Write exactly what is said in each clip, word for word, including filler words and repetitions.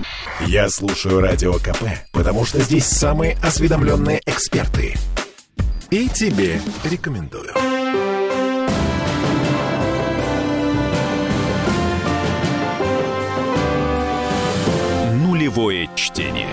Я слушаю Радио КП, потому что здесь самые осведомленные эксперты. И тебе рекомендую. Нулевое чтение.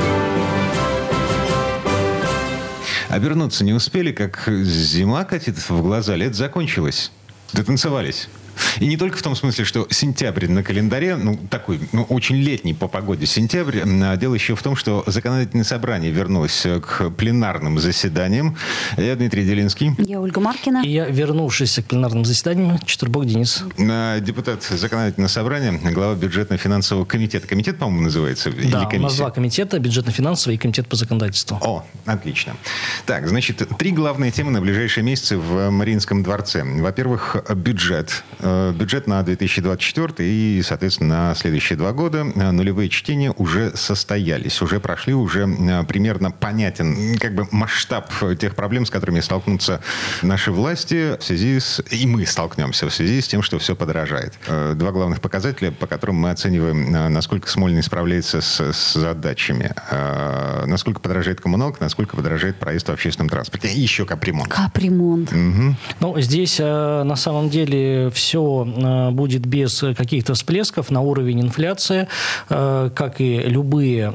Обернуться не успели, как зима катит в глаза, лето закончилось. Дотанцевались. И не только в том смысле, что сентябрь на календаре, ну, такой, ну, очень летний по погоде сентябрь. А дело еще в том, что законодательное собрание вернулось к пленарным заседаниям. Я Дмитрий Делинский. Я Ольга Маркина. И я, вернувшийся к пленарным заседаниям, Четвербок Денис. Депутат законодательного собрания, глава бюджетно-финансового комитета. Комитет, по-моему, называется? Да, или комиссия? У нас два комитета: бюджетно-финансовый и комитет по законодательству. О, отлично. Так, значит, три главные темы на ближайшие месяцы в Мариинском дворце. Во-первых, бюджет. Бюджет на две тысячи двадцать четвёртый и, соответственно, на следующие два года. Нулевые чтения уже состоялись, уже прошли, уже примерно понятен как бы масштаб тех проблем, с которыми столкнутся наши власти в связи с... И мы столкнемся в связи с тем, что все подорожает. Два главных показателя, по которым мы оцениваем, насколько Смольный справляется с, с задачами. Насколько подорожает коммуналка, насколько подорожает проезд в общественном транспорте. И еще капремонт. Капремонт. Угу. Ну, здесь на самом деле все будет без каких-то всплесков на уровень инфляции, как и любые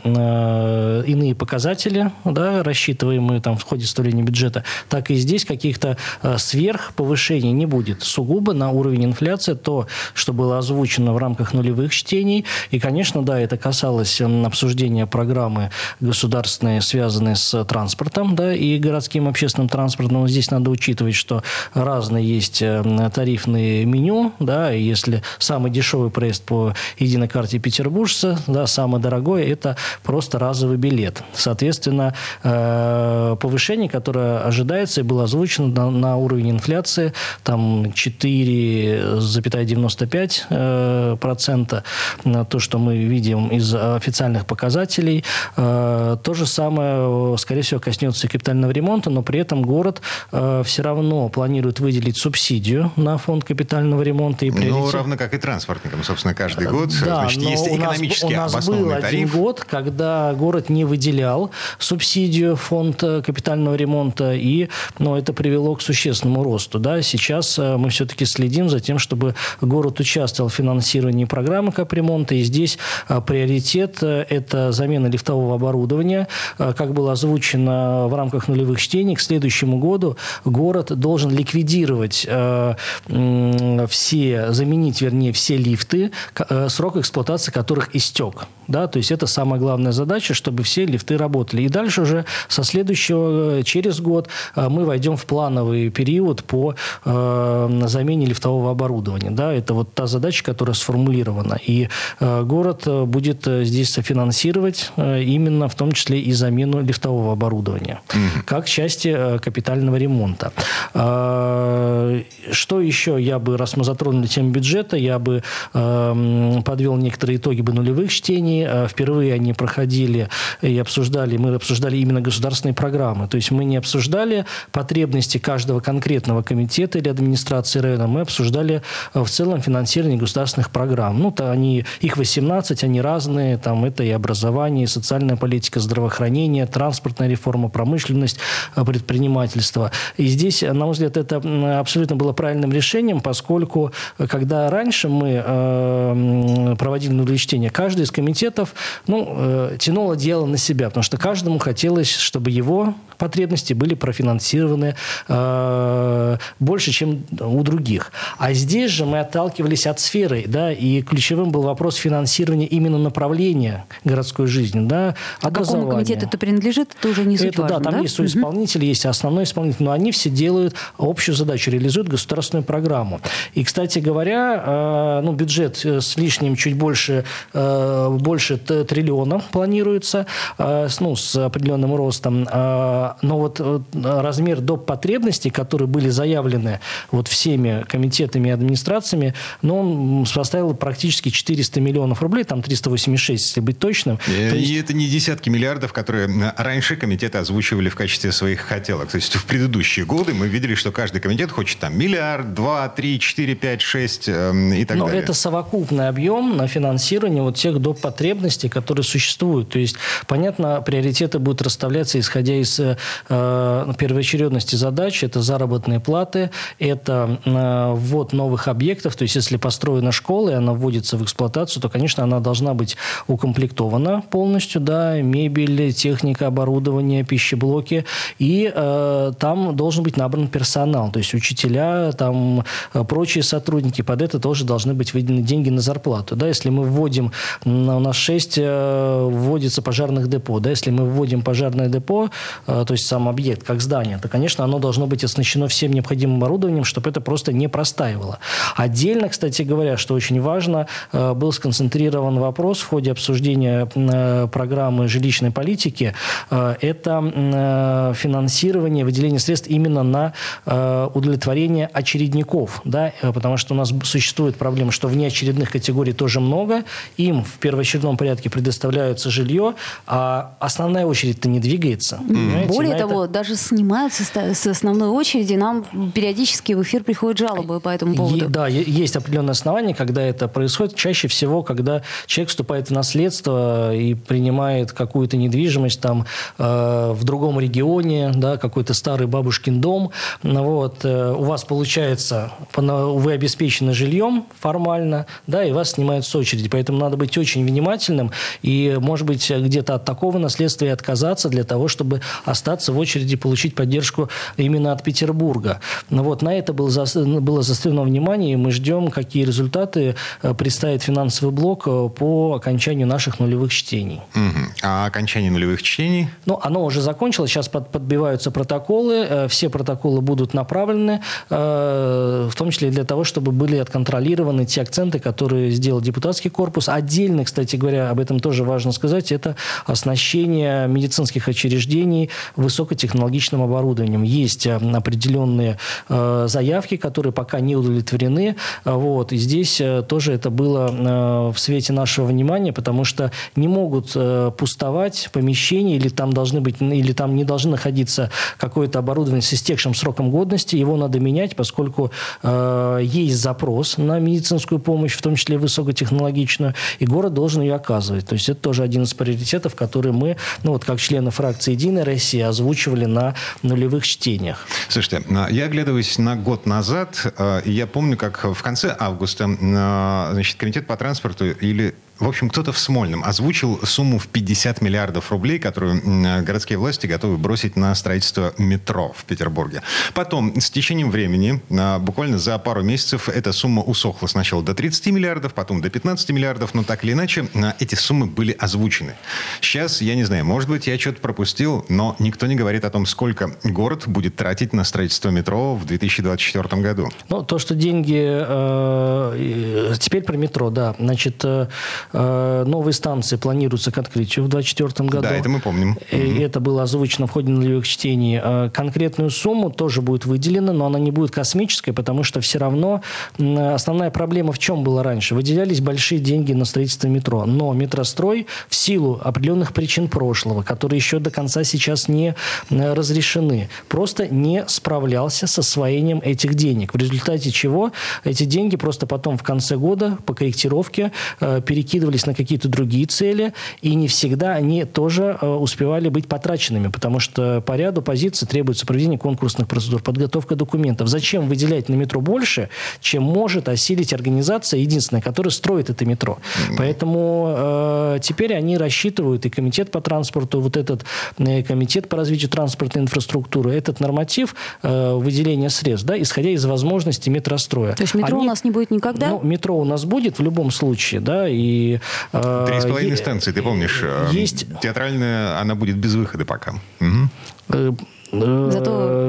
иные показатели, да, рассчитываемые там в ходе составления бюджета, так и здесь каких-то сверхповышений не будет. Сугубо на уровень инфляции то, что было озвучено в рамках нулевых чтений. И, конечно, да, это касалось обсуждения программы государственной, связанной с транспортом, да, и городским общественным транспортом. Но здесь надо учитывать, что разные есть тарифные меню, да, и если самый дешевый проезд по единой карте петербуржца, да, самый дорогой, это просто разовый билет. Соответственно, повышение, которое ожидается и было озвучено на, на уровень инфляции, там четыре целых девяносто пять сотых процента, то, что мы видим из официальных показателей. То же самое, скорее всего, коснется и капитального ремонта, но при этом город все равно планирует выделить субсидию на фонд капитального ремонта и приоритет. Ну, равно как и транспортникам, собственно, каждый год. Да, значит, есть экономически у нас, обоснованный у нас был тариф. один год, когда город не выделял субсидию в фонд капитального ремонта, и, ну, это привело к существенному росту. Да. Сейчас мы все-таки следим за тем, чтобы город участвовал в финансировании программы капремонта, и здесь приоритет – это замена лифтового оборудования. Как было озвучено в рамках нулевых чтений, к следующему году город должен ликвидировать э, все, заменить, вернее, все лифты, срок эксплуатации которых истек. Да, то есть это самая главная задача, чтобы все лифты работали. И дальше уже со следующего, через год, мы войдем в плановый период по э, замене лифтового оборудования. Да, это вот та задача, которая сформулирована. И э, город будет здесь софинансировать э, именно в том числе и замену лифтового оборудования, mm-hmm. как части э, капитального ремонта. Э, что еще я бы, раз мы затронули тему бюджета, я бы э, подвел некоторые итоги бы нулевых чтений. Впервые они проходили и обсуждали, мы обсуждали именно государственные программы. То есть мы не обсуждали потребности каждого конкретного комитета или администрации района, мы обсуждали в целом финансирование государственных программ. Ну, то они, их восемнадцать, они разные. Там это и образование, и социальная политика, здравоохранение, транспортная реформа, промышленность, предпринимательство. И здесь, на мой взгляд, это абсолютно было правильным решением, поскольку, когда раньше мы э, проводили нулевые чтения, каждый из комитетов ну, э, тянуло дело на себя, потому что каждому хотелось, чтобы его потребности были профинансированы э, больше, чем у других. А здесь же мы отталкивались от сферы, да, и ключевым был вопрос финансирования именно направления городской жизни, да, а какому комитету это принадлежит, это уже не суть это, важно, да, там да? есть соисполнитель, есть основной исполнитель, но они все делают общую задачу, реализуют государственную программу. И, кстати говоря, э, ну, бюджет с лишним чуть больше, э, больше триллиона планируется, э, ну, с определенным ростом. Э, Но вот размер доп. Потребностей, которые были заявлены вот всеми комитетами и администрациями, ну, он составил практически четыреста миллионов рублей, там триста восемьдесят шесть, если быть точным. И, То есть... и это не десятки миллиардов, которые раньше комитеты озвучивали в качестве своих хотелок. То есть в предыдущие годы мы видели, что каждый комитет хочет там миллиард, два, три, четыре, пять, шесть э, и так Но далее. это совокупный объем на финансирование вот тех доп. Потребностей, которые существуют. То есть, понятно, приоритеты будут расставляться, исходя из э, первоочередности задач. Это заработные платы, это э, ввод новых объектов. То есть, если построена школа, и она вводится в эксплуатацию, то, конечно, она должна быть укомплектована полностью, да, мебель, техника, оборудование, пищеблоки. И э, там должен быть набран персонал. То есть, учителя, там, прочие сотрудники. Под это тоже должны быть выделены деньги на зарплату. Да, если мы вводим, у нас шесть э, вводится пожарных депо. Да, если мы вводим пожарное депо, э, то есть сам объект как здание, то, конечно, оно должно быть оснащено всем необходимым оборудованием, чтобы это просто не простаивало. Отдельно, кстати говоря, что очень важно, э, был сконцентрирован вопрос в ходе обсуждения э, программы жилищной политики. Э, это э, финансирование, выделение средств именно на э, удовлетворение очередников. Да, потому что у нас существует проблема, что внеочередных категорий тоже много, им в первоочередном порядке предоставляется жилье, а основная очередь-то не двигается. Mm. Более На того, это... даже снимаются с основной очереди, нам периодически в эфир приходят жалобы по этому поводу. Е- да, есть определенные основания, когда это происходит. Чаще всего, когда человек вступает в наследство и принимает какую-то недвижимость там, э, в другом регионе, да, какой-то старый бабушкин дом. Вот, э, у вас получается, вы обеспечены жильем формально, да, и вас снимают с очереди. Поэтому надо быть очень внимательным и, может быть, где-то от такого наследства и отказаться для того, чтобы остаться в очереди, получить поддержку именно от Петербурга. Вот, на это было, за, было заострено внимание, и мы ждем, какие результаты представит финансовый блок по окончанию наших нулевых чтений. Угу. А окончание нулевых чтений? Ну, оно уже закончилось, сейчас под, подбиваются протоколы, все протоколы будут направлены, в том числе для того, чтобы были отконтролированы те акценты, которые сделал депутатский корпус. Отдельно, кстати говоря, об этом тоже важно сказать, это оснащение медицинских учреждений высокотехнологичным оборудованием. Есть определенные э, заявки, которые пока не удовлетворены. Вот. И здесь э, тоже это было э, в свете нашего внимания, потому что не могут э, пустовать помещения, или там должны быть, или там не должны находиться какое-то оборудование с истекшим сроком годности. Его надо менять, поскольку э, есть запрос на медицинскую помощь, в том числе высокотехнологичную, и город должен ее оказывать. То есть это тоже один из приоритетов, который мы, ну вот как члены фракции «Единая Россия», озвучивали на нулевых чтениях. Слушайте, я оглядываюсь на год назад, и я помню, как в конце августа, значит, комитет по транспорту или... В общем, кто-то в Смольном озвучил сумму в пятьдесят миллиардов рублей, которую городские власти готовы бросить на строительство метро в Петербурге. Потом, с течением времени, буквально за пару месяцев, эта сумма усохла сначала до тридцати миллиардов, потом до пятнадцати миллиардов, но так или иначе, эти суммы были озвучены. Сейчас, я не знаю, может быть, я что-то пропустил, но никто не говорит о том, сколько город будет тратить на строительство метро в две тысячи двадцать четвёртом году. Ну, то, что деньги... Э, теперь про метро, да. Значит... Э, новые станции планируются к открытию в две тысячи двадцать четвёртом году. Да, это мы помним. И mm-hmm. это было озвучено в ходе нулевых чтений. Конкретную сумму тоже будет выделена, но она не будет космической, потому что все равно основная проблема в чем была раньше? Выделялись большие деньги на строительство метро, но метрострой в силу определенных причин прошлого, которые еще до конца сейчас не разрешены, просто не справлялся с освоением этих денег. В результате чего эти деньги просто потом в конце года по корректировке перекидывались на какие-то другие цели, и не всегда они тоже э, успевали быть потраченными, потому что по ряду позиций требуется проведение конкурсных процедур, подготовка документов. Зачем выделять на метро больше, чем может осилить организация единственная, которая строит это метро? Mm-hmm. Поэтому э, теперь они рассчитывают, и комитет по транспорту, вот этот э, комитет по развитию транспортной инфраструктуры, этот норматив э, выделения средств, да, исходя из возможностей метростроя. То есть метро они, у нас не будет никогда? Ну, метро у нас будет в любом случае, да, и Три с половиной станции, ты помнишь? Есть... Театральная, она будет без выхода пока. Угу. Зато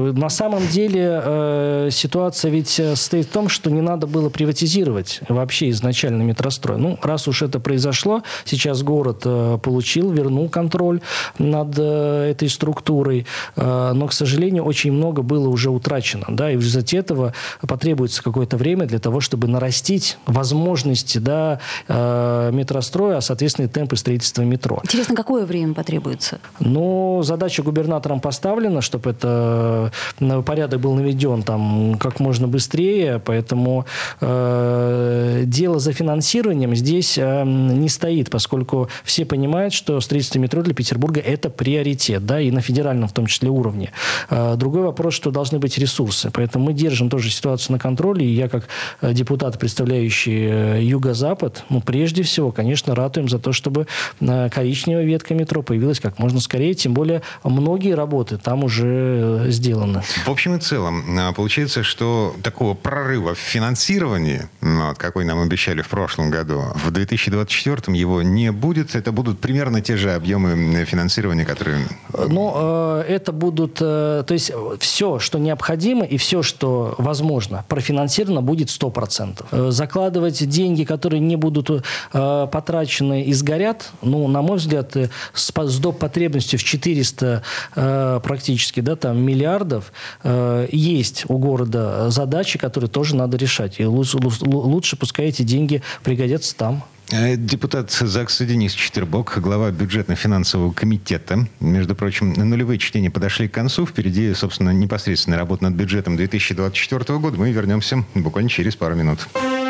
На самом деле ситуация ведь состоит в том, что не надо было приватизировать вообще изначально метрострой. Ну, раз уж это произошло, сейчас город получил, вернул контроль над этой структурой, но, к сожалению, очень много было уже утрачено, да, и в результате этого потребуется какое-то время для того, чтобы нарастить возможности, да, метростроя, а, соответственно, и темпы строительства метро. Интересно, какое время потребуется? Ну, задача губернатором поставлена, чтобы это порядок был наведен там как можно быстрее, поэтому э, дело за финансированием здесь э, не стоит, поскольку все понимают, что строительство метро для Петербурга – это приоритет, да, и на федеральном в том числе уровне. Э, другой вопрос, что должны быть ресурсы, поэтому мы держим тоже ситуацию на контроле, и я как депутат, представляющий Юго-Запад, ну, прежде всего, конечно, ратуем за то, чтобы коричневая ветка метро появилась как можно скорее, тем более многие работы там уже сделаны. В общем и целом, получается, что такого прорыва в финансировании, вот, какой нам обещали в прошлом году, в две тысячи двадцать четвёртом его не будет. Это будут примерно те же объемы финансирования, которые... Ну, это будут... То есть все, что необходимо и все, что возможно, профинансировано будет сто процентов. Закладывать деньги, которые не будут потрачены и сгорят, ну, на мой взгляд, с, с доп. Потребностью в четыреста э, практически, да, там, миллиардов э, есть у города задачи, которые тоже надо решать. И лучше, лучше пускай эти деньги пригодятся там. Депутат ЗАГСа Денис Четербок, глава бюджетно-финансового комитета. Между прочим, нулевые чтения подошли к концу. Впереди, собственно, непосредственная работа над бюджетом две тысячи двадцать четвёртого года. Мы вернемся буквально через пару минут.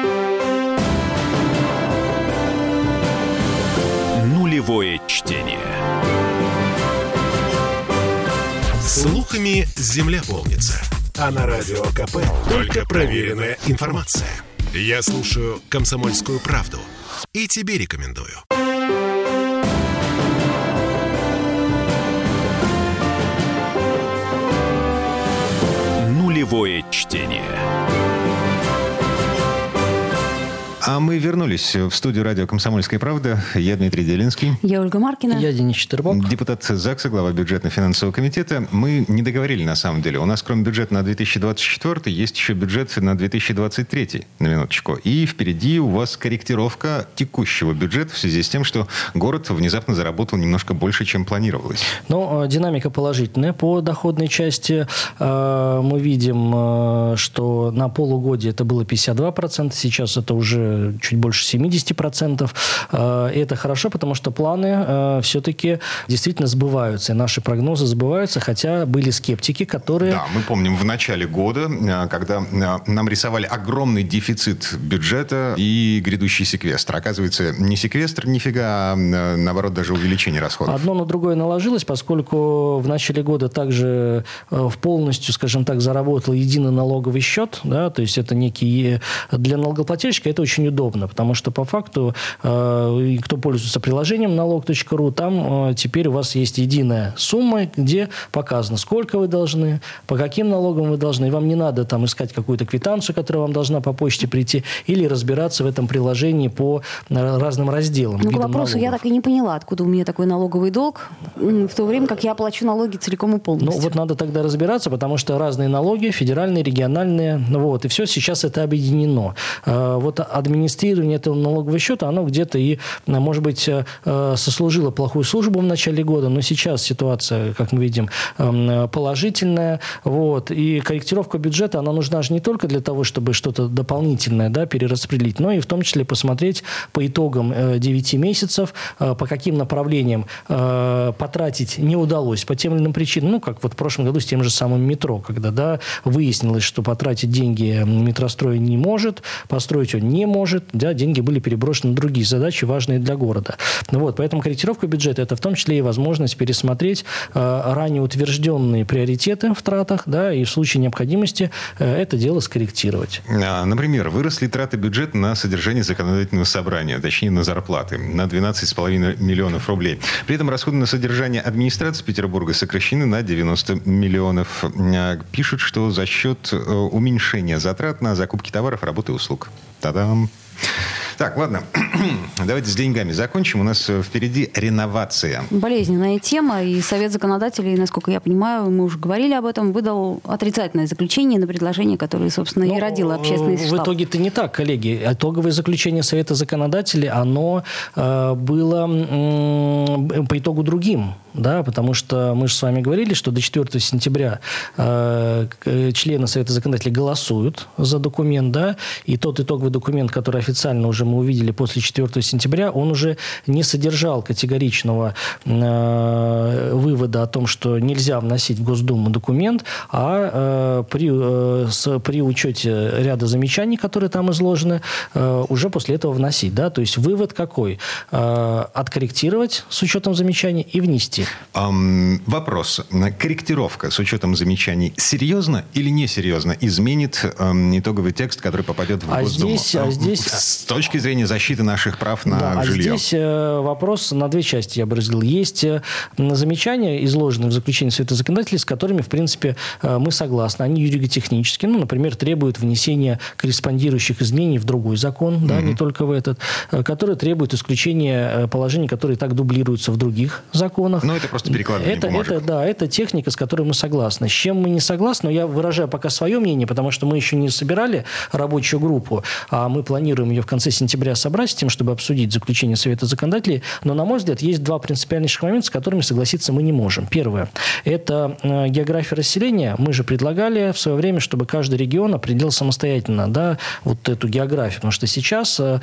Нулевое чтение. Слухами земля полнится. А на радио КП только проверенная информация. Я слушаю «Комсомольскую правду» и тебе рекомендую. Нулевое чтение. А мы вернулись в студию радио «Комсомольская правда». Я Дмитрий Делинский. Я Ольга Маркина. Я Денис Четербок. Депутат ЗАГСа, глава бюджетно-финансового комитета. Мы не договорили, на самом деле. У нас, кроме бюджета на две тысячи двадцать четвёртый, есть еще бюджет на две тысячи двадцать третий, на минуточку. И впереди у вас корректировка текущего бюджета в связи с тем, что город внезапно заработал немножко больше, чем планировалось. Ну, динамика положительная по доходной части. Мы видим, что на полугодие это было пятьдесят два процента, сейчас это уже чуть больше семьдесят процентов. И это хорошо, потому что планы все-таки действительно сбываются. И наши прогнозы сбываются, хотя были скептики, которые... Да, мы помним в начале года, когда нам рисовали огромный дефицит бюджета и грядущий секвестр. Оказывается, не секвестр нифига, а наоборот даже увеличение расходов. Одно на другое наложилось, поскольку в начале года также в полностью, скажем так, заработал единый налоговый счет. Да, то есть это некий... Для налогоплательщика это очень удобно, потому что по факту, э, кто пользуется приложением налог точка ру, там э, теперь у вас есть единая сумма, где показано, сколько вы должны, по каким налогам вы должны. И вам не надо там искать какую-то квитанцию, которая вам должна по почте прийти, или разбираться в этом приложении по разным разделам. Ну, к вопросу, налогов. Я так и не поняла, откуда у меня такой налоговый долг, в то время как я плачу налоги целиком и полностью. Ну, вот надо тогда разбираться, потому что разные налоги, федеральные, региональные, вот, и все сейчас это объединено. Э, вот администрирование этого налогового счета, оно где-то и, может быть, сослужило плохую службу в начале года, но сейчас ситуация, как мы видим, положительная. Вот. И корректировка бюджета, она нужна же не только для того, чтобы что-то дополнительное, да, перераспределить, но и в том числе посмотреть по итогам девяти месяцев, по каким направлениям потратить не удалось по тем или иным причинам. Ну, как вот в прошлом году с тем же самым метро, когда, да, выяснилось, что потратить деньги метрострой не может, построить он не может, да, деньги были переброшены на другие задачи, важные для города. Вот, поэтому корректировка бюджета – это в том числе и возможность пересмотреть э, ранее утвержденные приоритеты в тратах, да, и в случае необходимости э, это дело скорректировать. Например, выросли траты бюджета на содержание законодательного собрания, точнее на зарплаты, на двенадцать с половиной миллионов рублей. При этом расходы на содержание администрации Петербурга сокращены на девяносто миллионов. Пишут, что за счет уменьшения затрат на закупки товаров, работы и услуг. Та-дам! Так, ладно. Давайте с деньгами закончим. У нас впереди реновация. Болезненная тема. И Совет законодателей, насколько я понимаю, мы уже говорили об этом, выдал отрицательное заключение на предложение, которое, собственно, и родило общественный штаб. В итоге-то не так, коллеги. Итоговое заключение Совета законодателей, оно э, было э, по итогу другим. Да, потому что мы же с вами говорили, что до четвёртого сентября э, члены Совета законодателей голосуют за документ, да, и тот итоговый документ, который официально уже мы увидели после четвёртого сентября, он уже не содержал категоричного э, вывода о том, что нельзя вносить в Госдуму документ, а э, при, э, с, при учете ряда замечаний, которые там изложены, э, уже после этого вносить. Да? То есть вывод какой? Э, откорректировать с учетом замечаний и внести. Um, вопрос. Корректировка с учетом замечаний серьезно или несерьезно изменит um, итоговый текст, который попадет в а Госдуму? Здесь, а здесь... С точки зрения защиты наших прав на да, жилье. А здесь э, вопрос на две части я бы разделил. Есть э, замечания, изложенные в заключении Совета законодателей, с которыми, в принципе, э, мы согласны. Они юридико-технические. Ну, например, требуют внесения корреспондирующих изменений в другой закон, mm-hmm. да, не только в этот, э, которые требуют исключения положений, которые так дублируются в других законах. Ну, это просто перекладывание это, бумажек. Это, да, это техника, с которой мы согласны. С чем мы не согласны, но я выражаю пока свое мнение, потому что мы еще не собирали рабочую группу, а мы планируем ее в конце сентября собрать с тем, чтобы обсудить заключение Совета законодателей. Но, на мой взгляд, есть два принципиальнейших момента, с которыми согласиться мы не можем. Первое. Это э, география расселения. Мы же предлагали в свое время, чтобы каждый регион определил самостоятельно, да, вот эту географию. Потому что сейчас э,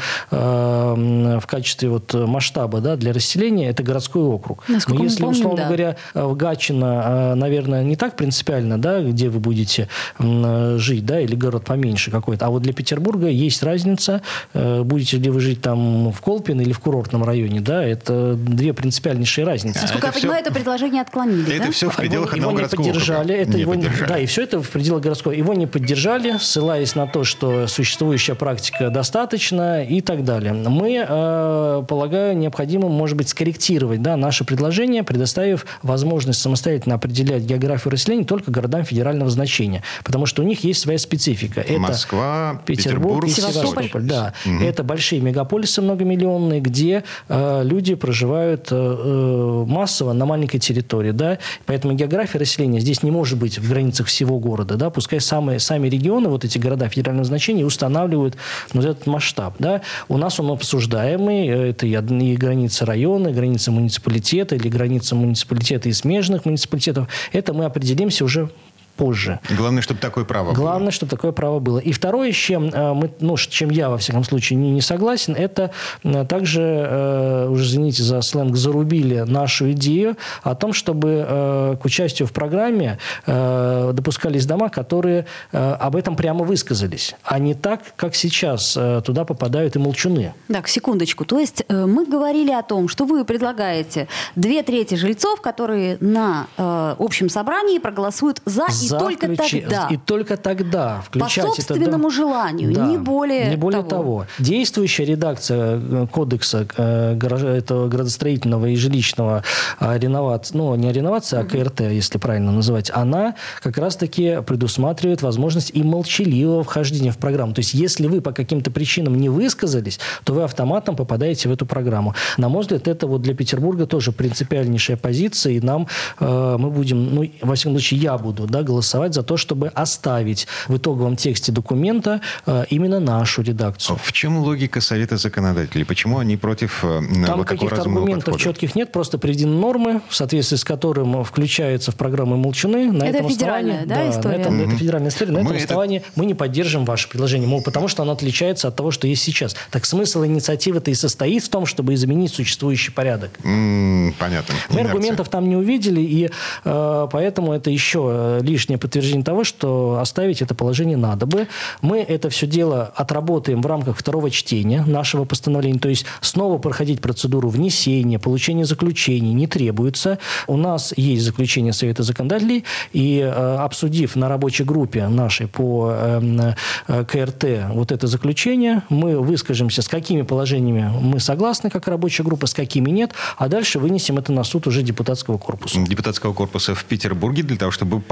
э, в качестве вот масштаба, да, для расселения это городской округ. Насколько Но если, мы помним, условно да. говоря, в Гатчино, наверное, не так принципиально, да, где вы будете жить, да, или город поменьше какой-то. А вот для Петербурга есть разница, будете ли вы жить там в Колпино или в курортном районе, да, это две принципиальнейшие разницы. Насколько я это понимаю, все... это предложение отклонили, Это да? все в пределах его, одного его городского не поддержали, округа. это Не его поддержали. Да, и все это в пределах городского. Его не поддержали, ссылаясь на то, что существующая практика достаточно и так далее. Мы, э, полагаю, необходимо, может быть, скорректировать, да, наше предложение, предоставив возможность самостоятельно определять географию расселения только городам федерального значения. Потому что у них есть своя специфика. Это Москва, Петербург, Петербург, и Севастополь. Севастополь. Да. Угу. Это большие мегаполисы многомиллионные, где э, люди проживают э, массово на маленькой территории. Да? Поэтому география расселения здесь не может быть в границах всего города. Да? Пускай самые, сами регионы, вот эти города федерального значения, устанавливают вот этот масштаб. Да? У нас он обсуждаемый. Это и, и границы района, и границы муниципалитета, или границы муниципалитета и смежных муниципалитетов. Это мы определимся уже позже. Главное, чтобы такое право было. Главное, чтобы такое право было. И второе, с чем, мы, ну, с чем я, во всяком случае, не, не согласен, это также, э, уже, извините за сленг, зарубили нашу идею о том, чтобы э, к участию в программе э, допускались дома, которые э, об этом прямо высказались, а не так, как сейчас э, туда попадают и молчуны. Так, секундочку. То есть э, мы говорили о том, что вы предлагаете две трети жильцов, которые на э, общем собрании проголосуют за, и За только включи... тогда. И только тогда включать По собственному это... желанию, да, не более Не более того. того. Действующая редакция кодекса э, гараж... этого градостроительного и жилищного э, реновации, ну, не реновация, а КРТ, если правильно называть, она как раз-таки предусматривает возможность и молчаливого вхождения в программу. То есть, если вы по каким-то причинам не высказались, то вы автоматом попадаете в эту программу. На мой взгляд, это вот для Петербурга тоже принципиальнейшая позиция, и нам, э, мы будем, ну, во всяком случае, я буду, да, голосовать за то, чтобы оставить в итоговом тексте документа э, именно нашу редакцию. В чем логика Совета законодателей? Почему они против э, Там вот такого каких-то разумного аргументов подхода? четких нет, просто приведены нормы, в соответствии с которым включаются в программы молчуны. На Это этом федеральная, основании, да, да, история? На этом, Mm-hmm. Это федеральная история. На Мы этом это... основании мы не поддержим ваше предложение, мол, потому что оно отличается от того, что есть сейчас. Так смысл инициативы-то и состоит в том, чтобы изменить существующий порядок. М-м, понятно. Мы Инерция. аргументов там не увидели, и э, поэтому это еще лишнее подтверждение того, что оставить это положение надо бы. Мы это все дело отработаем в рамках второго чтения нашего постановления, то есть снова проходить процедуру внесения, получения заключений не требуется. У нас есть заключение Совета законодателей, и э, обсудив на рабочей группе нашей по э, э, КРТ вот это заключение, мы выскажемся, с какими положениями мы согласны, как рабочая группа, с какими нет, а дальше вынесем это на суд уже депутатского корпуса. Депутатского корпуса в Петербурге для того, чтобы поправить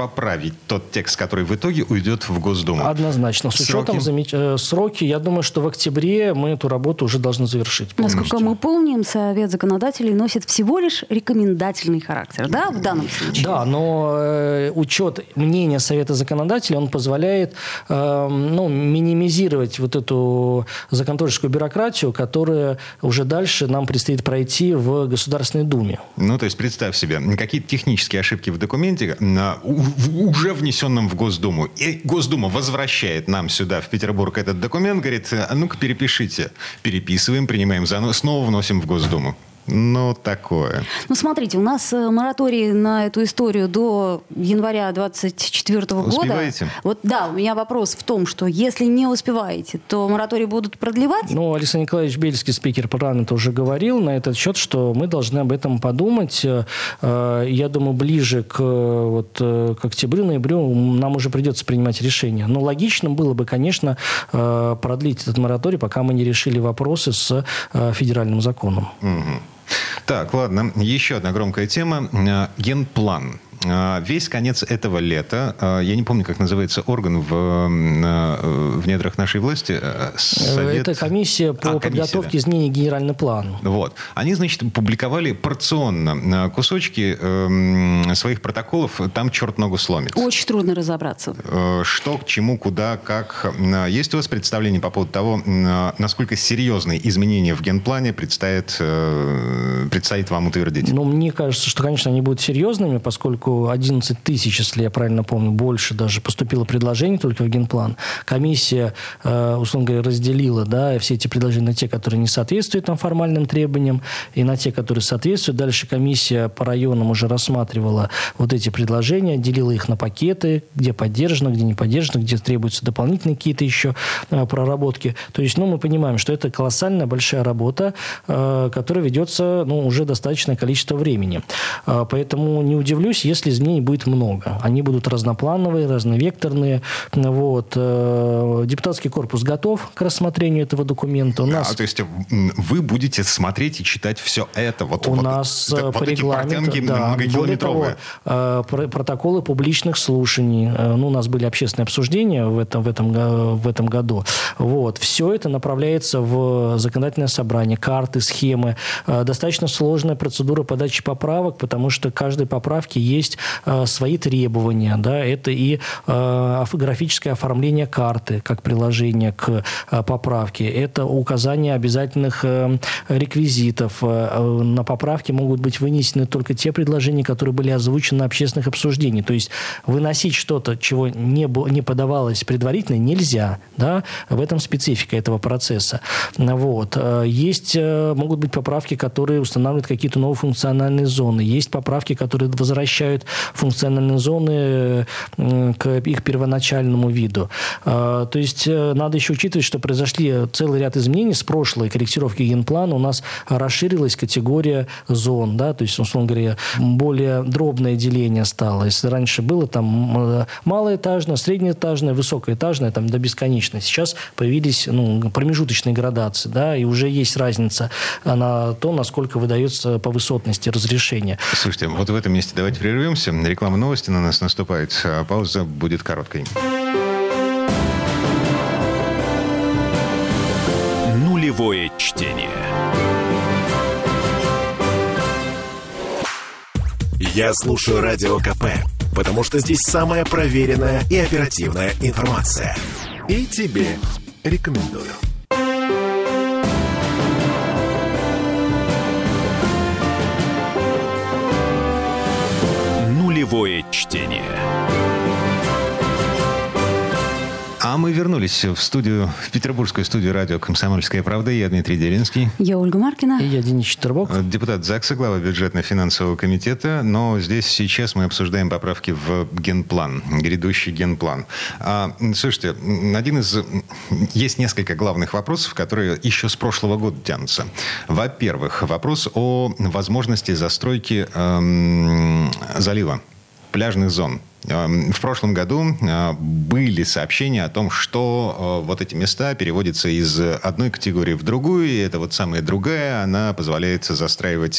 исправить тот текст, который в итоге уйдет в Госдуму? Однозначно. С учетом замеч... сроки, я думаю, что в октябре мы эту работу уже должны завершить. Полностью. Насколько мы помним, Совет законодателей носит всего лишь рекомендательный характер, да, в данном случае? Да, но э, учет мнения Совета законодателей, он позволяет э, ну, минимизировать вот эту законотворческую бюрократию, которая уже дальше нам предстоит пройти в Государственной Думе. Ну, то есть, представь себе, какие-то технические ошибки в документе, уже внесенном в Госдуму, и Госдума возвращает нам сюда, в Петербург, этот документ, говорит, а ну-ка перепишите. Переписываем, принимаем заново, снова вносим в Госдуму. Ну, такое. Ну, смотрите, у нас мораторий на эту историю до января двадцать четвёртого года. Успеваете? Вот, да, у меня вопрос в том, что если не успеваете, то мораторий будут продлевать? Ну, Александр Николаевич Бельский, спикер парламента, уже говорил на этот счет, что мы должны об этом подумать. Я думаю, ближе к, вот, к октябрю, ноябрю нам уже придется принимать решение. Но логично было бы, конечно, продлить этот мораторий, пока мы не решили вопросы с федеральным законом. Угу. Так, ладно. Еще одна громкая тема. Генплан. Весь конец этого лета, я не помню, как называется орган в, в недрах нашей власти. Совет... Это комиссия по а, подготовке комиссия, да. изменений генерального плана. Вот. Они, значит, публиковали порционно кусочки э, своих протоколов. Там черт ногу сломит. Очень трудно разобраться. Что, к чему, куда, как. Есть у вас представление по поводу того, насколько серьезные изменения в генплане предстоит, предстоит вам утвердить? Ну, мне кажется, что, конечно, они будут серьезными, поскольку одиннадцать тысяч, если я правильно помню, больше даже поступило предложений только в генплан. Комиссия, условно говоря, разделила, да, все эти предложения на те, которые не соответствуют там формальным требованиям, и на те, которые соответствуют. Дальше комиссия по районам уже рассматривала вот эти предложения, делила их на пакеты, где поддержано, где не поддержано, где требуются дополнительные какие-то еще проработки. То есть, ну, мы понимаем, что это колоссальная большая работа, которая ведется, ну, уже достаточное количество времени. Поэтому не удивлюсь, если если изменений будет много. Они будут разноплановые, разновекторные. Вот. Депутатский корпус готов к рассмотрению этого документа. У нас... а, то есть вы будете смотреть и читать все это? Вот, у вот, нас это, по вот регламенту, да, более того, протоколы публичных слушаний. Ну, у нас были общественные обсуждения в этом, в этом, в этом году. Вот. Все это направляется в законодательное собрание. Карты, схемы. Достаточно сложная процедура подачи поправок, потому что каждой поправке есть свои требования. Да? Это и э, графическое оформление карты как приложение к э, поправке. Это указание обязательных э, реквизитов. Э, на поправке могут быть вынесены только те предложения, которые были озвучены на общественных обсуждениях. То есть выносить что-то, чего не, не подавалось предварительно, нельзя. Да? В этом специфика этого процесса. Вот. Есть, могут быть поправки, которые устанавливают какие-то новые функциональные зоны. Есть поправки, которые возвращают функциональные зоны к их первоначальному виду. То есть надо еще учитывать, что произошли целый ряд изменений с прошлой корректировки генплана. У нас расширилась категория зон, да, то есть, условно говоря, более дробное деление стало. Если раньше было там малоэтажное, среднеэтажное, высокоэтажное, там до бесконечности. Сейчас появились, ну, промежуточные градации, да, и уже есть разница на то, насколько выдается по высотности разрешение. Слушайте, вот в этом месте давайте прервемся. Реклама, новости на нас наступает. А пауза будет короткой. Нулевое чтение. Я слушаю Радио КП, потому что здесь самая проверенная и оперативная информация. И тебе рекомендую. Нулевое чтение. А мы вернулись в студию, в петербургскую студию радио «Комсомольская правда». Я Дмитрий Делинский. Я Ольга Маркина. И я Денис Четербок. Депутат ЗАГСа, глава бюджетно-финансового комитета. Но здесь сейчас мы обсуждаем поправки в генплан, грядущий генплан. А, слушайте, один из... Есть несколько главных вопросов, которые еще с прошлого года тянутся. Во-первых, вопрос о возможности застройки эм, залива, пляжных зон. В прошлом году были сообщения о том, что вот эти места переводятся из одной категории в другую, и эта вот самая другая, она позволяет застраивать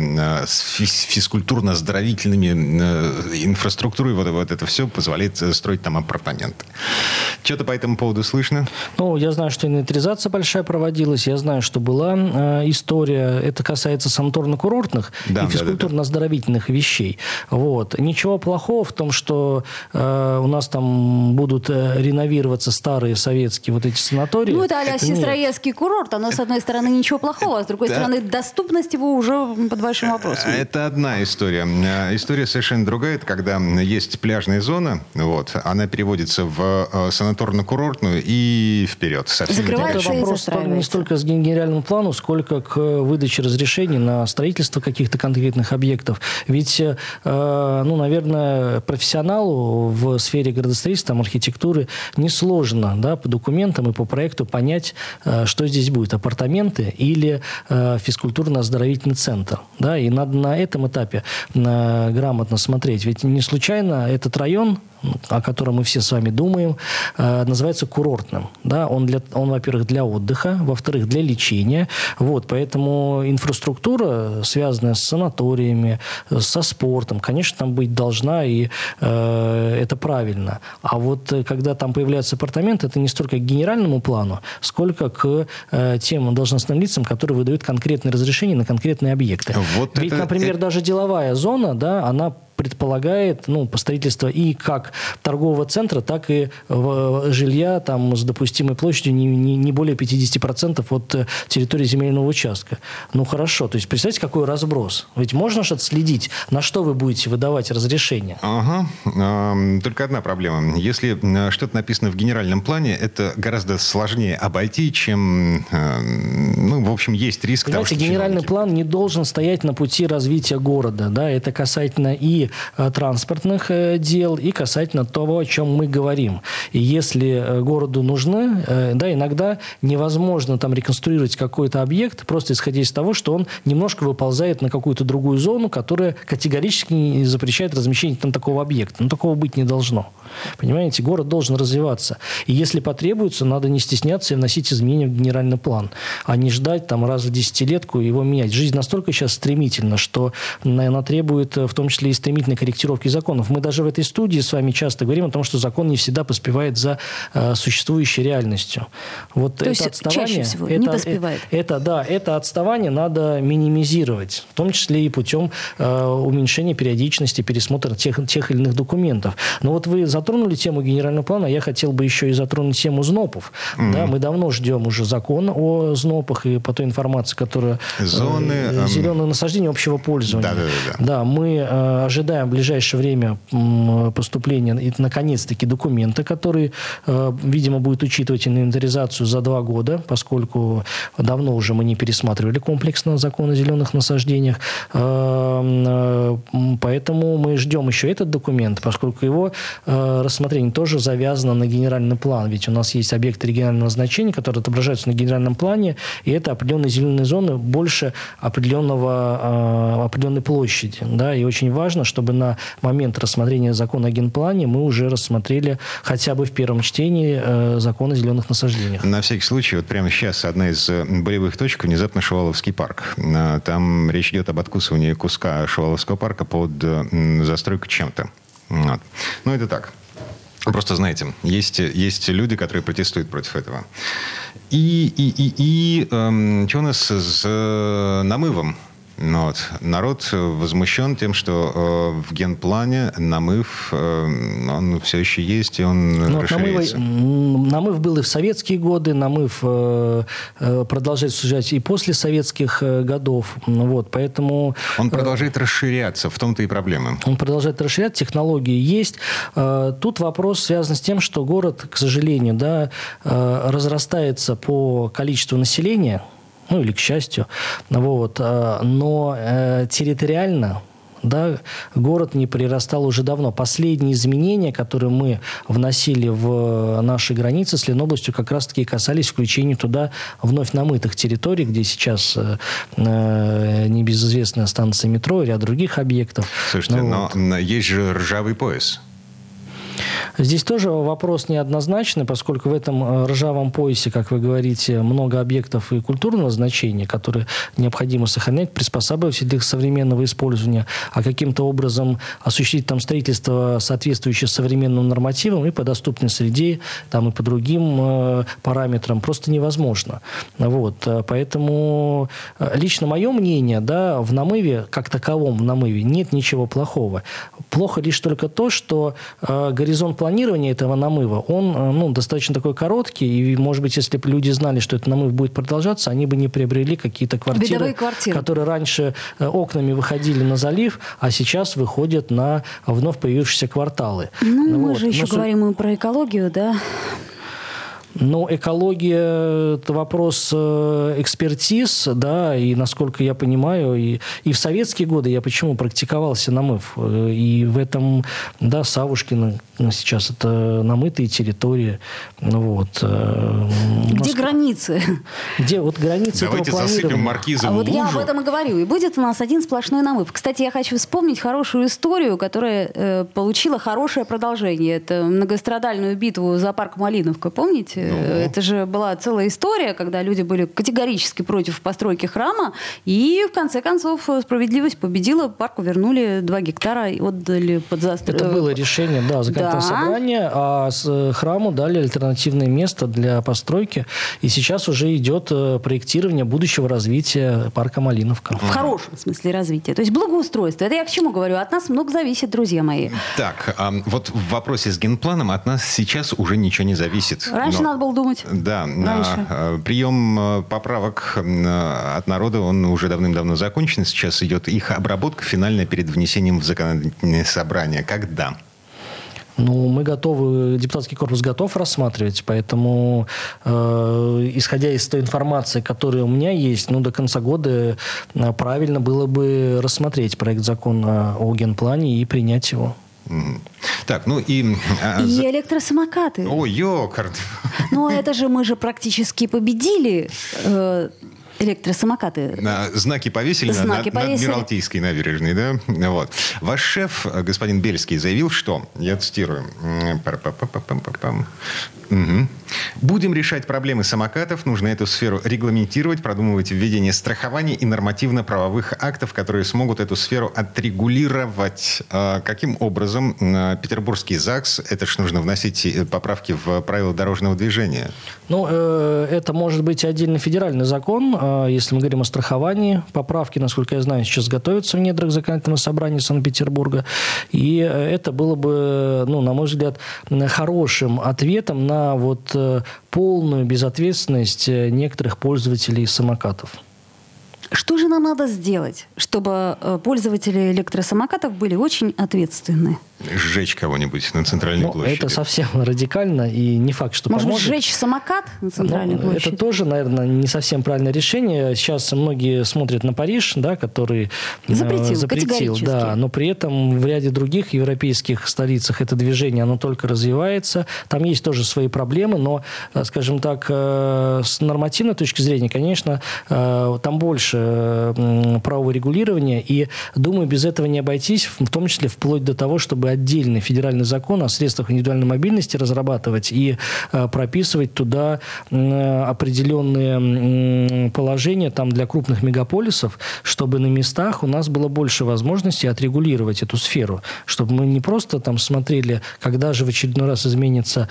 физкультурно-оздоровительными инфраструктурой, вот, вот это все позволяет строить там апартаменты. Что-то по этому поводу слышно? Ну, я знаю, что инвентаризация большая проводилась, я знаю, что была э, история, это касается санаторно-курортных да, и физкультурно-оздоровительных да, да, да. вещей. Вот. Ничего плохого в том, что э, у нас там будут э, реновироваться старые советские вот эти санатории. Ну, это а-ля Сестрорецкий курорт, оно, с одной стороны, ничего плохого, а с другой да. стороны, доступность его уже под большим вопросом. Это одна история. История совершенно другая, это когда есть пляжная зона, вот, она переводится в санаторно-курортную и вперед. Закрывается это вопрос не столько к генеральному плану, сколько к выдаче разрешений на строительство каких-то конкретных объектов. Ведь, э, ну, наверное, профессионалу в сфере градостроительства, там, архитектуры несложно, да, по документам и по проекту понять, э, что здесь будет, апартаменты или э, физкультурно-оздоровительный центр. Да, и надо на этом этапе э, грамотно смотреть. Ведь не случайно этот район, о котором мы все с вами думаем, э, называется курортным. Да? Он, для, он, во-первых, для отдыха, во-вторых, для лечения. Вот, поэтому инфраструктура, связанная с санаториями, со спортом, конечно, там быть должна, и э, это правильно. А вот когда там появляются апартаменты, это не столько к генеральному плану, сколько к э, тем должностным лицам, которые выдают конкретные разрешения на конкретные объекты. Вот Ведь, это, например, это... даже деловая зона, да, она предполагает, ну, строительство и как торгового центра, так и жилья там, с допустимой площадью не, не, не более пятьдесят процентов от территории земельного участка. Ну, хорошо. То есть, представьте, какой разброс. Ведь можно же отследить, на что вы будете выдавать разрешение. Ага. Только одна проблема. Если что-то написано в генеральном плане, это гораздо сложнее обойти, чем... Ну, в общем, есть риск того, что... Генеральный план не должен стоять на пути развития города. Да? Это касательно и транспортных дел, и касательно того, о чем мы говорим. И если городу нужны, да, иногда невозможно там реконструировать какой-то объект, просто исходя из того, что он немножко выползает на какую-то другую зону, которая категорически запрещает размещение там такого объекта. Но такого быть не должно. Понимаете? Город должен развиваться. И если потребуется, надо не стесняться и вносить изменения в генеральный план, а не ждать там раз в десятилетку его менять. Жизнь настолько сейчас стремительна, что она требует в том числе и стремительной корректировки законов. Мы даже в этой студии с вами часто говорим о том, что закон не всегда поспевает за э, существующей реальностью. Вот То это есть отставание, чаще всего это, не поспевает. Это, да, это отставание надо минимизировать, в том числе и путем э, уменьшения периодичности пересмотра тех, тех или иных документов. Но вот вы затронули тему генерального плана, я хотел бы еще и затронуть тему ЗНОПов. Mm-hmm. Да, мы давно ждем уже закон о ЗНОПах, и по той информации, которая... Зоны... Э, зеленые насаждения общего пользования. Да, да, да. Да, мы э, ожидаем в ближайшее время поступления и, наконец-таки, документа, который, видимо, будет учитывать инвентаризацию за два года, поскольку давно уже мы не пересматривали комплексно закон о зеленых насаждениях. Поэтому мы ждем еще этот документ, поскольку его рассмотрение тоже завязано на генеральный план. Ведь у нас есть объекты регионального значения, которые отображаются на генеральном плане, и это определенные зеленые зоны больше определенного, определенной площади. Да? И очень важно, чтобы на момент рассмотрения закона о генплане мы уже рассмотрели хотя бы в первом чтении э, закон о зеленых насаждениях. На всякий случай, вот прямо сейчас одна из болевых точек внезапно Шуваловский парк. Там речь идет об откусывании куска Шуваловского парка под застройку чем-то. Вот. Ну, это так. Просто знаете, есть, есть люди, которые протестуют против этого. И, и, и, и эм, что у нас с э, намывом? Вот. Народ возмущен тем, что э, в генплане намыв, э, он все еще есть, и он ну, расширяется. Намыв, намыв был и в советские годы, намыв э, продолжает существовать и после советских э, годов. Вот, поэтому, он продолжает э, расширяться, в том-то и проблема. Он продолжает расширяться, технологии есть. Э, тут вопрос связан с тем, что город, к сожалению, да, э, разрастается по количеству населения, ну или к счастью, вот, но э, территориально, да, город не прирастал уже давно. Последние изменения, которые мы вносили в наши границы с Ленобластью, как раз-таки касались включения туда вновь намытых территорий, где сейчас э, небезызвестная станция метро и ряд других объектов. Слушайте, ну, но вот. есть же ржавый пояс. Здесь тоже вопрос неоднозначный, поскольку в этом ржавом поясе, как вы говорите, много объектов и культурного значения, которые необходимо сохранять, приспосабливать для их современного использования, а каким-то образом осуществить там строительство, соответствующее современным нормативам и по доступной среде, там, и по другим э, параметрам просто невозможно. Вот. Поэтому лично мое мнение, да, в намыве, как таковом в намыве, нет ничего плохого. Плохо лишь только то, что э, горизонт планирования этого намыва, он э, ну, достаточно такой короткий, и, может быть, если бы люди знали, что этот намыв будет продолжаться, они бы не приобрели какие-то квартиры, которые раньше э, окнами выходили на залив, а сейчас выходят на вновь появившиеся кварталы. Ну, вот. мы же еще Но, говорим и про экологию, да? Ну, экология – это вопрос экспертиз, да, и, насколько я понимаю, и, и в советские годы я почему практиковался намыв, и в этом, да, Савушкино сейчас это намытые территории, вот. Где Насколько... границы? Где вот границы Давайте этого засыпем планирования? Маркизову А вот лужу. я об этом и говорю. И будет у нас один сплошной намыв. Кстати, я хочу вспомнить хорошую историю, которая э, получила хорошее продолжение. Это многострадальную битву за парк Малиновка, помните? Ну. Это же была целая история, когда люди были категорически против постройки храма, и в конце концов справедливость победила, парку вернули два гектара и отдали под застройку. Это было решение, да, законодательного да. собрания, а с храму дали альтернативное место для постройки, и сейчас уже идет проектирование будущего развития парка Малиновка. В хорошем смысле развития. То есть благоустройство. Это я к чему говорю? От нас много зависит, друзья мои. Так, вот в вопросе с генпланом от нас сейчас уже ничего не зависит. Раньше но... надо было думать. Да, Раньше. Прием поправок от народа, он уже давным-давно закончен. Сейчас идет их обработка финальная перед внесением в законодательное собрание. Когда? Ну, мы готовы, депутатский корпус готов рассматривать, поэтому, э, исходя из той информации, которая у меня есть, ну, до конца года правильно было бы рассмотреть проект закона о генплане и принять его. Так, ну и... И электросамокаты. О, ёкард. Ну, это же мы же практически победили... Э- Электросамокаты. Знаки повесили Знаки над, повесили. над Адмиралтейской набережной, да? Вот. Ваш шеф, господин Бельский, заявил, что, я цитирую, угу. «Будем решать проблемы самокатов, нужно эту сферу регламентировать, продумывать введение страхования и нормативно-правовых актов, которые смогут эту сферу отрегулировать». Каким образом Петербургский ЗАГС, это ж нужно вносить поправки в правила дорожного движения? Ну, это может быть отдельный федеральный закон. Если мы говорим о страховании, поправки, насколько я знаю, сейчас готовятся в недрах законодательного собрания Санкт-Петербурга. И это было бы, ну, на мой взгляд, хорошим ответом на вот полную безответственность некоторых пользователей самокатов. Что же нам надо сделать, чтобы пользователи электросамокатов были очень ответственны? Сжечь кого-нибудь на центральной ну, площади. Это совсем радикально и не факт, что Может поможет. Может быть, сжечь самокат на центральной ну, площади? Это тоже, наверное, не совсем правильное решение. Сейчас многие смотрят на Париж, да, который запретил, запретил да, но при этом в ряде других европейских столицах это движение, оно только развивается. Там есть тоже свои проблемы, но, скажем так, с нормативной точки зрения, конечно, там больше правового регулирования, и, думаю, без этого не обойтись, в том числе вплоть до того, чтобы отдельный федеральный закон о средствах индивидуальной мобильности разрабатывать и э, прописывать туда э, определенные э, положения там, для крупных мегаполисов, чтобы на местах у нас было больше возможностей отрегулировать эту сферу, чтобы мы не просто там смотрели, когда же в очередной раз изменится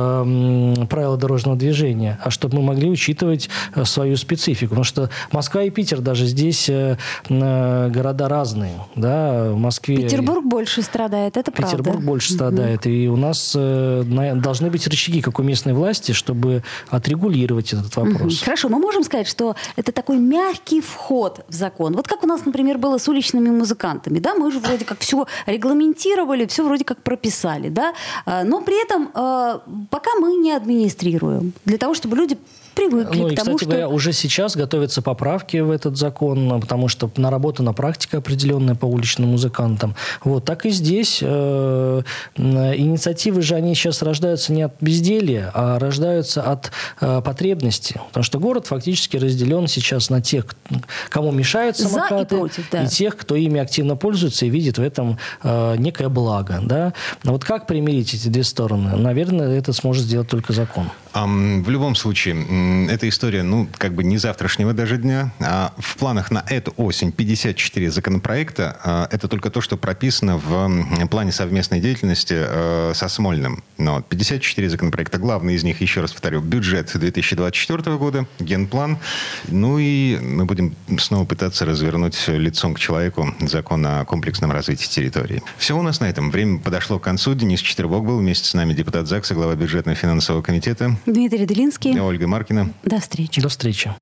э, правила дорожного движения, а чтобы мы могли учитывать э, свою специфику. Потому что Москва и Питер даже здесь э, э, города разные. Да? В Москве... Петербург больше страдает, это правда. Петербург больше страдает. И у нас э, должны быть рычаги, как у местной власти, чтобы отрегулировать этот вопрос. Хорошо, мы можем сказать, что это такой мягкий вход в закон. Вот как у нас, например, было с уличными музыкантами. Да? Мы же вроде как все регламентировали, все вроде как прописали. Да? Но при этом э, пока мы не администрируем. Для того, чтобы люди привыкли ну, к и, тому, кстати что... говоря, уже сейчас готовятся поправки в этот закон, потому что наработана практика определенная по уличным музыкантам. Вот, так и здесь. Э, инициативы же, они сейчас рождаются не от безделья, а рождаются от э, потребности. Потому что город фактически разделен сейчас на тех, кому мешают самокаты, и, против, да. и тех, кто ими активно пользуется и видит в этом э, некое благо. Да? Но вот как примирить эти две стороны? Наверное, это сможет сделать только закон. В любом случае, эта история, ну, как бы не завтрашнего даже дня. А в планах на эту осень пятьдесят четыре законопроекта. Это только то, что прописано в плане совместной деятельности со Смольным. Но пятьдесят четыре законопроекта. Главный из них, еще раз повторю, бюджет две тысячи двадцать четвёртого года, генплан. Ну и мы будем снова пытаться развернуть лицом к человеку закон о комплексном развитии территории. Все у нас на этом. Время подошло к концу. Денис Четербок был вместе с нами, депутат ЗАГСа, глава бюджетно-финансового комитета. Дмитрий Делинский. Ольга Маркина. До встречи. До встречи.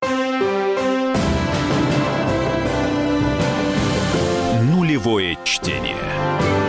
Нулевое чтение.